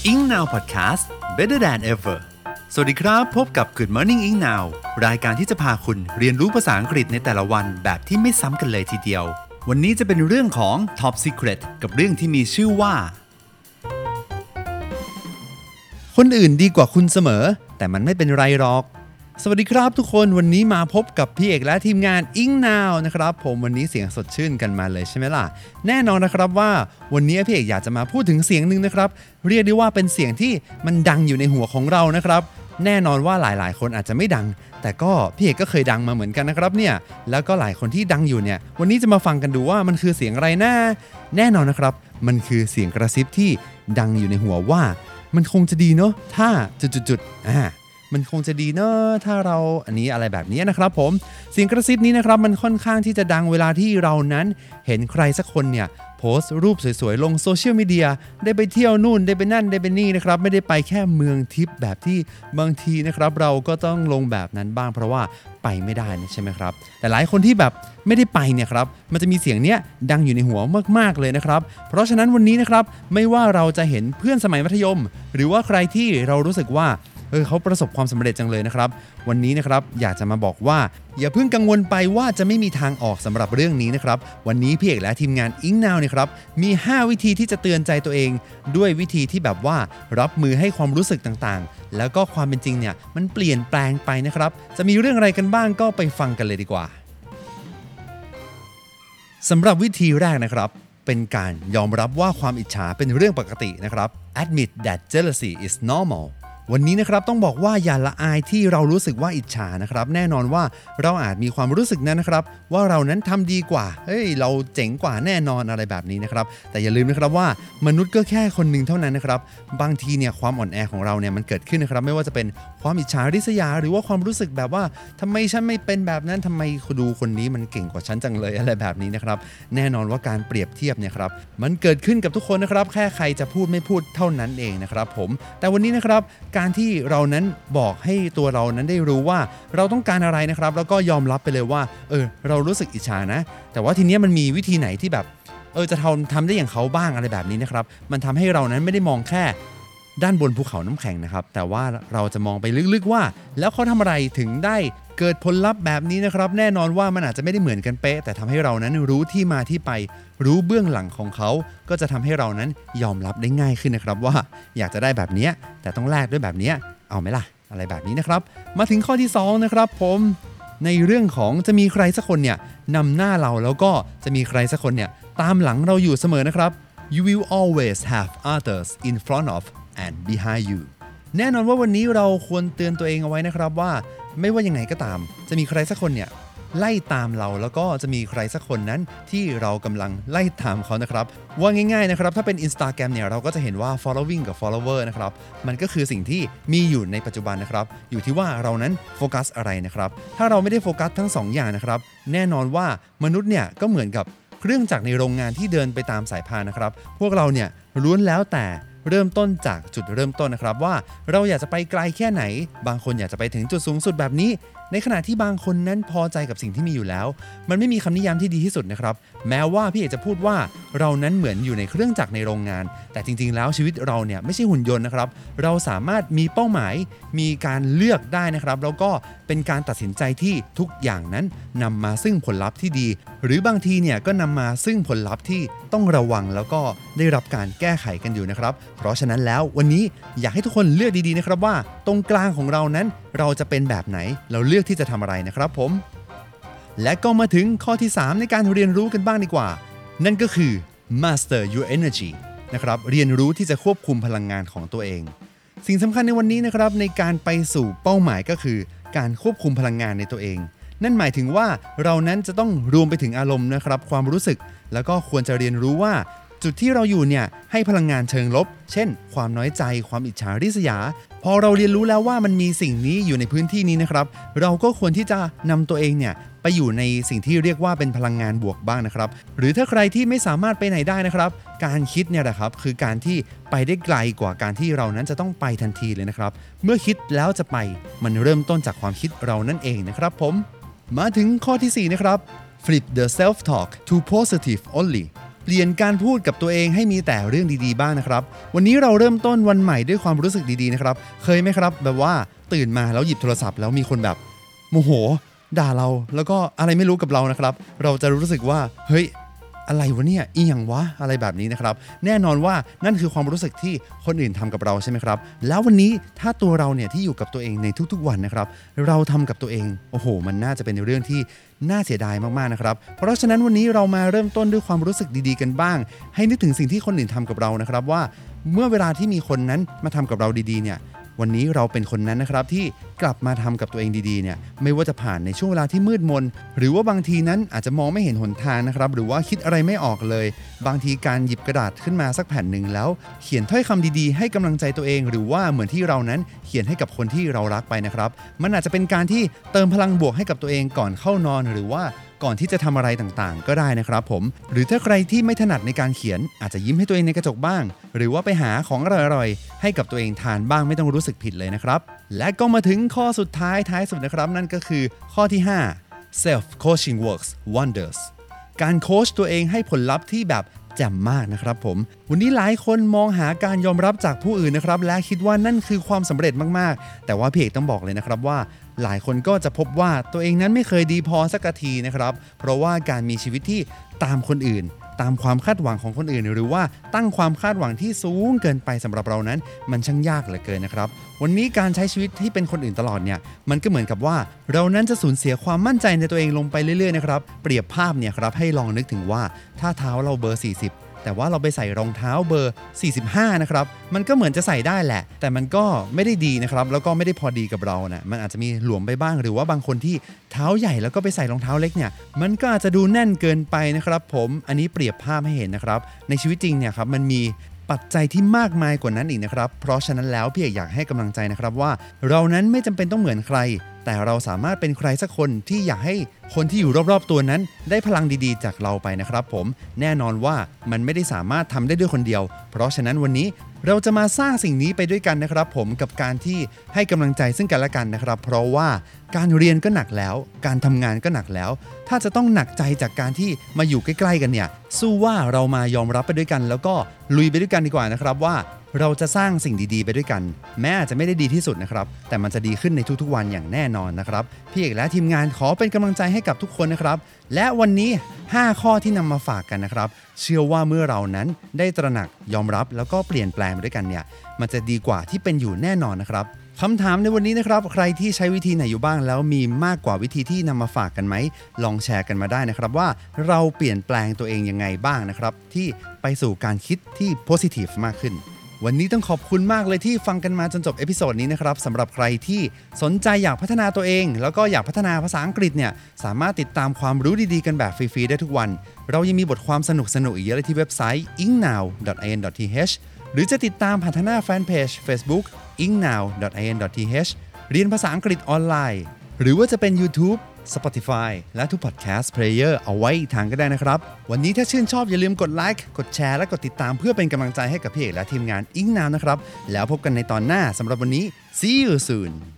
Ink Now Podcast Better Than Ever สวัสดีครับพบกับ Good Morning Ink Now รายการที่จะพาคุณเรียนรู้ภาษาอังกฤษในแต่ละวันแบบที่ไม่ซ้ำกันเลยทีเดียววันนี้จะเป็นเรื่องของ Top Secret กับเรื่องที่มีชื่อว่าคนอื่นดีกว่าคุณเสมอแต่มันไม่เป็นไรหรอกสวัสดีครับทุกคนวันนี้มาพบกับพี่เอกและทีมงาน Ink Now นะครับผมวันนี้เสียงสดชื่นกันมาเลยใช่ไหมล่ะแน่นอนนะครับว่าวันนี้พี่เอกอยากจะมาพูดถึงเสียงนึงนะครับเรียกได้ว่าเป็นเสียงที่มันดังอยู่ในหัวของเรานะครับแน่นอนว่าหลายๆคนอาจจะไม่ดังแต่ก็พี่เอกก็เคยดังมาเหมือนกันนะครับเนี่ยแล้วก็หลายคนที่ดังอยู่เนี่ยวันนี้จะมาฟังกันดูว่ามันคือเสียงอะไรนะแน่นอนนะครับมันคือเสียงกระซิบที่ดังอยู่ในหัวว่ามันคงจะดีเนาะถ้าจุดๆมันคงจะดีเนอะถ้าเราอันนี้อะไรแบบนี้นะครับผมเสียงกระซิบนี้นะครับมันค่อนข้างที่จะดังเวลาที่เรานั้นเห็นใครสักคนเนี่ยโพสต์รูปสวยๆลงโซเชียลมีเดียได้ไปเที่ยวนู่นได้ไปนั่นได้ไปนี่นะครับไม่ได้ไปแค่เมืองทิพย์แบบที่บางทีนะครับเราก็ต้องลงแบบนั้นบ้างเพราะว่าไปไม่ได้นะใช่ไหมครับแต่หลายคนที่แบบไม่ได้ไปเนี่ยครับมันจะมีเสียงเนี้ยดังอยู่ในหัวมากๆเลยนะครับเพราะฉะนั้นวันนี้นะครับไม่ว่าเราจะเห็นเพื่อนสมัยมัธยมหรือว่าใครที่เรารู้สึกว่าเขาประสบความสำเร็จจังเลยนะครับวันนี้นะครับอยากจะมาบอกว่าอย่าเพิ่งกังวลไปว่าจะไม่มีทางออกสำหรับเรื่องนี้นะครับวันนี้พี่เอกและทีมงาน Ink Now เนี่ยครับมี5วิธีที่จะเตือนใจตัวเองด้วยวิธีที่แบบว่ารับมือให้ความรู้สึกต่างๆแล้วก็ความเป็นจริงเนี่ยมันเปลี่ยนแปลงไปนะครับจะมีเรื่องอะไรกันบ้างก็ไปฟังกันเลยดีกว่าสำหรับวิธีแรกนะครับเป็นการยอมรับว่าความอิจฉาเป็นเรื่องปกตินะครับ Admit that jealousy is normalวันนี้นะครับต้องบอกว่าอย่าละอายที่เรารู้สึกว่าอิจฉานะครับแน่นอนว่าเราอาจมีความรู้สึกนั้นนะครับว่าเรานั้นทำดีกว่าเราเจ๋งกว่าแน่นอนอะไรแบบนี้นะครับแต่อย่าลืมนะครับว่ามนุษย์ก็แค่คนหนึ่งเท่านั้นนะครับบางทีเนี่ยความอ่อนแอของเราเนี่ยมันเกิดขึ้นนะครับไม่ว่าจะเป็นความอิจฉาริษยาหรือว่าความรู้สึกแบบว่าทำไมฉันไม่เป็นแบบนั้นทำไมดูคนนี้มันเก่งกว่าฉันจังเลยอะไรแบบนี้นะครับแน่นอนว่าการเปรียบเทียบเนี่ยครับมันเกิดขึ้นกับทุกคนนะครับแค่ใครจะพูดไม่พูดเท่านั้นเองนะครับผมแต่วันนี้นะครับการที่เรานั้นบอกให้ตัวเรานั้นได้รู้ว่าเราต้องการอะไรนะครับแล้วก็ยอมรับไปเลยว่าเรารู้สึกอิจฉานะแต่ว่าทีนี้มันมีวิธีไหนที่แบบจะทำได้อย่างเขาบ้างอะไรแบบนี้นะครับมันทำให้เรานั้นไม่ได้มองแค่ด้านบนภูเขาน้ำแข็งนะครับแต่ว่าเราจะมองไปลึกๆว่าแล้วเขาทำอะไรถึงได้เกิดผลลัพธ์แบบนี้นะครับแน่นอนว่ามันอาจจะไม่ได้เหมือนกันเป๊ะแต่ทำให้เรานั้นรู้ที่มาที่ไปรู้เบื้องหลังของเขาก็จะทำให้เรานั้นยอมรับได้ง่ายขึ้นนะครับว่าอยากจะได้แบบนี้แต่ต้องแลกด้วยแบบนี้เอาไหมล่ะอะไรแบบนี้นะครับมาถึงข้อที่2นะครับผมในเรื่องของจะมีใครสักคนเนี่ยนำหน้าเราแล้วก็จะมีใครสักคนเนี่ยตามหลังเราอยู่เสมอนะครับ You will always have others in front of and behind you แน่นอนว่าวันนี้เราควรเตือนตัวเองเอาไว้นะครับว่าไม่ว่ายังไงก็ตามจะมีใครสักคนเนี่ยไล่ตามเราแล้วก็จะมีใครสักคนนั้นที่เรากำลังไล่ตามเขานะครับว่าง่ายๆนะครับถ้าเป็น Instagram เนี่ยเราก็จะเห็นว่า following กับ follower นะครับมันก็คือสิ่งที่มีอยู่ในปัจจุบันนะครับอยู่ที่ว่าเรานั้นโฟกัสอะไรนะครับถ้าเราไม่ได้โฟกัสทั้ง2 อย่างนะครับแน่นอนว่ามนุษย์เนี่ยก็เหมือนกับเครื่องจักรในโรงงานที่เดินไปตามสายพานนะครับพวกเราเนี่ยล้วนแล้วแต่เริ่มต้นจากจุดเริ่มต้นนะครับว่าเราอยากจะไปไกลแค่ไหนบางคนอยากจะไปถึงจุดสูงสุดแบบนี้ในขณะที่บางคนนั้นพอใจกับสิ่งที่มีอยู่แล้วมันไม่มีคำนิยามที่ดีที่สุดนะครับแม้ว่าพี่เอกจะพูดว่าเรานั้นเหมือนอยู่ในเครื่องจักรในโรงงานแต่จริงๆแล้วชีวิตเราเนี่ยไม่ใช่หุ่นยนต์นะครับเราสามารถมีเป้าหมายมีการเลือกได้นะครับแล้วก็เป็นการตัดสินใจที่ทุกอย่างนั้นนำมาซึ่งผลลัพธ์ที่ดีหรือบางทีเนี่ยก็นำมาซึ่งผลลัพธ์ที่ต้องระวังแล้วก็ได้รับการแก้ไขกันอยู่นะครับเพราะฉะนั้นแล้ววันนี้อยากให้ทุกคนเลือกดีๆนะครับว่าตรงกลางของเรานั้นเราจะเป็นแบบไหนเราเลือกที่จะทำอะไรนะครับผมและก็มาถึงข้อที่3ในการเรียนรู้กันบ้างดีกว่านั่นก็คือ master your energy นะครับเรียนรู้ที่จะควบคุมพลังงานของตัวเองสิ่งสำคัญในวันนี้นะครับในการไปสู่เป้าหมายก็คือการควบคุมพลังงานในตัวเองนั่นหมายถึงว่าเรานั้นจะต้องรวมไปถึงอารมณ์นะครับความรู้สึกแล้วก็ควรจะเรียนรู้ว่าจุดที่เราอยู่เนี่ยให้พลังงานเชิงลบเช่นความน้อยใจความอิจฉาริษยาพอเราเรียนรู้แล้วว่ามันมีสิ่งนี้อยู่ในพื้นที่นี้นะครับเราก็ควรที่จะนำตัวเองเนี่ยไปอยู่ในสิ่งที่เรียกว่าเป็นพลังงานบวกบ้างนะครับหรือถ้าใครที่ไม่สามารถไปไหนได้นะครับการคิดเนี่ยแหละครับคือการที่ไปได้ไกลกว่าการที่เรานั้นจะต้องไปทันทีเลยนะครับเมื่อคิดแล้วจะไปมันเริ่มต้นจากความคิดเรานั่นเองนะครับผมมาถึงข้อที่4นะครับ Flip the self talk to positive only เปลี่ยนการพูดกับตัวเองให้มีแต่เรื่องดีๆบ้างนะครับวันนี้เราเริ่มต้นวันใหม่ด้วยความรู้สึกดีๆนะครับเคยไหมครับแบบว่าตื่นมาแล้วหยิบโทรศัพท์แล้วมีคนแบบโมโหด่าเราแล้วก็อะไรไม่รู้กับเรานะครับเราจะรู้สึกว่าเฮ้ยอะไรวะเนี่ยอีหยังวะอะไรแบบนี้นะครับแน่นอนว่านั่นคือความรู้สึกที่คนอื่นทำกับเราใช่ไหมครับแล้ววันนี้ถ้าตัวเราเนี่ยที่อยู่กับตัวเองในทุกๆวันนะครับเราทำกับตัวเองโอ้โหมันน่าจะเป็นเรื่องที่น่าเสียดายมากๆนะครับเพราะฉะนั้นวันนี้เรามาเริ่มต้นด้วยความรู้สึกดีๆกันบ้างให้นึกถึงสิ่งที่คนอื่นทำกับเรานะครับว่าเมื่อเวลาที่มีคนนั้นมาทำกับเราดีๆเนี่ยวันนี้เราเป็นคนนั้นนะครับที่กลับมาทำกับตัวเองดีๆเนี่ยไม่ว่าจะผ่านในช่วงเวลาที่มืดมนหรือว่าบางทีนั้นอาจจะมองไม่เห็นหนทางนะครับหรือว่าคิดอะไรไม่ออกเลยบางทีการหยิบกระดาษขึ้นมาสักแผ่นหนึ่งแล้วเขียนถ้อยคำดีๆให้กำลังใจตัวเองหรือว่าเหมือนที่เรานั้นเขียนให้กับคนที่เรารักไปนะครับมันอาจจะเป็นการที่เติมพลังบวกให้กับตัวเองก่อนเข้านอนหรือว่าก่อนที่จะทำอะไรต่างๆก็ได้นะครับผมหรือถ้าใครที่ไม่ถนัดในการเขียนอาจจะยิ้มให้ตัวเองในกระจกบ้างหรือว่าไปหาของอร่อยๆให้กับตัวเองทานบ้างไม่ต้องรู้สึกผิดเลยนะครับและก็มาถึงข้อสุดท้ายสุดนะครับนั่นก็คือข้อที่5 Self Coaching Works Wonders การโค้ชตัวเองให้ผลลัพธ์ที่แบบแจ่มมากนะครับผมวันนี้หลายคนมองหาการยอมรับจากผู้อื่นนะครับและคิดว่านั่นคือความสำเร็จมากๆแต่ว่าพี่เอกต้องบอกเลยนะครับว่าหลายคนก็จะพบว่าตัวเองนั้นไม่เคยดีพอสักทีนะครับเพราะว่าการมีชีวิตที่ตามคนอื่นตามความคาดหวังของคนอื่นหรือว่าตั้งความคาดหวังที่สูงเกินไปสำหรับเรานั้นมันช่างยากเหลือเกินนะครับวันนี้การใช้ชีวิตที่เป็นคนอื่นตลอดเนี่ยมันก็เหมือนกับว่าเรานั้นจะสูญเสียความมั่นใจในตัวเองลงไปเรื่อยๆนะครับเปรียบภาพเนี่ยครับให้ลองนึกถึงว่าถ้าเท้าเราเบอร์40แต่ว่าเราไปใส่รองเท้าเบอร์45นะครับมันก็เหมือนจะใส่ได้แหละแต่มันก็ไม่ได้ดีนะครับแล้วก็ไม่ได้พอดีกับเรานะมันอาจจะมีหลวมไปบ้างหรือว่าบางคนที่เท้าใหญ่แล้วก็ไปใส่รองเท้าเล็กเนี่ยมันก็อาจจะดูแน่นเกินไปนะครับผมอันนี้เปรียบภาพให้เห็นนะครับในชีวิตจริงเนี่ยครับมันมีปัจจัยที่มากมายกว่านั้นอีกนะครับเพราะฉะนั้นแล้วพี่อยากให้กำลังใจนะครับว่าเรานั้นไม่จำเป็นต้องเหมือนใครแต่เราสามารถเป็นใครสักคนที่อยากให้คนที่อยู่รอบๆตัวนั้นได้พลังดีๆจากเราไปนะครับผมแน่นอนว่ามันไม่ได้สามารถทำได้ด้วยคนเดียวเพราะฉะนั้นวันนี้เราจะมาสร้างสิ่งนี้ไปด้วยกันนะครับผมกับการที่ให้กำลังใจซึ่งกันและกันนะครับเพราะว่าการเรียนก็หนักแล้วการทำงานก็หนักแล้วถ้าจะต้องหนักใจจากการที่มาอยู่ใกล้ๆกันเนี่ยสู้ว่าเรามายอมรับไปด้วยกันแล้วก็ลุยไปด้วยกันดีกว่านะครับว่าเราจะสร้างสิ่งดีๆไปด้วยกันแม้อาจจะไม่ได้ดีที่สุดนะครับแต่มันจะดีขึ้นในทุกๆวันอย่างแน่นอนนะครับพี่เอกและทีมงานขอเป็นกำลังใจให้กับทุกคนนะครับและวันนี้5ข้อที่นำมาฝากกันนะครับเชื่อว่าเมื่อเรานั้นได้ตระหนักยอมรับแล้วก็เปลี่ยนแปลงไปด้วยกันเนี่ยมันจะดีกว่าที่เป็นอยู่แน่นอนนะครับคำถามในวันนี้นะครับใครที่ใช้วิธีไหนอยู่บ้างแล้วมีมากกว่าวิธีที่นำมาฝากกันไหมลองแชร์กันมาได้นะครับว่าเราเปลี่ยนแปลงตัวเองยังไงบ้างนะครับที่ไปสู่การคิดที่ positive มากขึ้นวันนี้ต้องขอบคุณมากเลยที่ฟังกันมาจนจบเอพิโซดนี้นะครับสำหรับใครที่สนใจอยากพัฒนาตัวเองแล้วก็อยากพัฒนาภาษาอังกฤษเนี่ยสามารถติดตามความรู้ดีๆกันแบบฟรีๆได้ทุกวันเรายังมีบทความสนุกๆอีกเยอะเลยที่เว็บไซต์ ingnow.in.th หรือจะติดตามผ่านทางหน้าแฟนเพจ Facebook ingnow.in.th เรียนภาษาอังกฤษออนไลน์หรือว่าจะเป็น YouTube Spotify และทุก Podcast Player เอาไว้อีกทางก็ได้นะครับวันนี้ถ้าชื่นชอบอย่าลืมกดไลค์กดแชร์และกดติดตามเพื่อเป็นกำลังใจให้กับพี่เอกและทีมงาน Ingnow นะครับแล้วพบกันในตอนหน้าสำหรับวันนี้ See you soon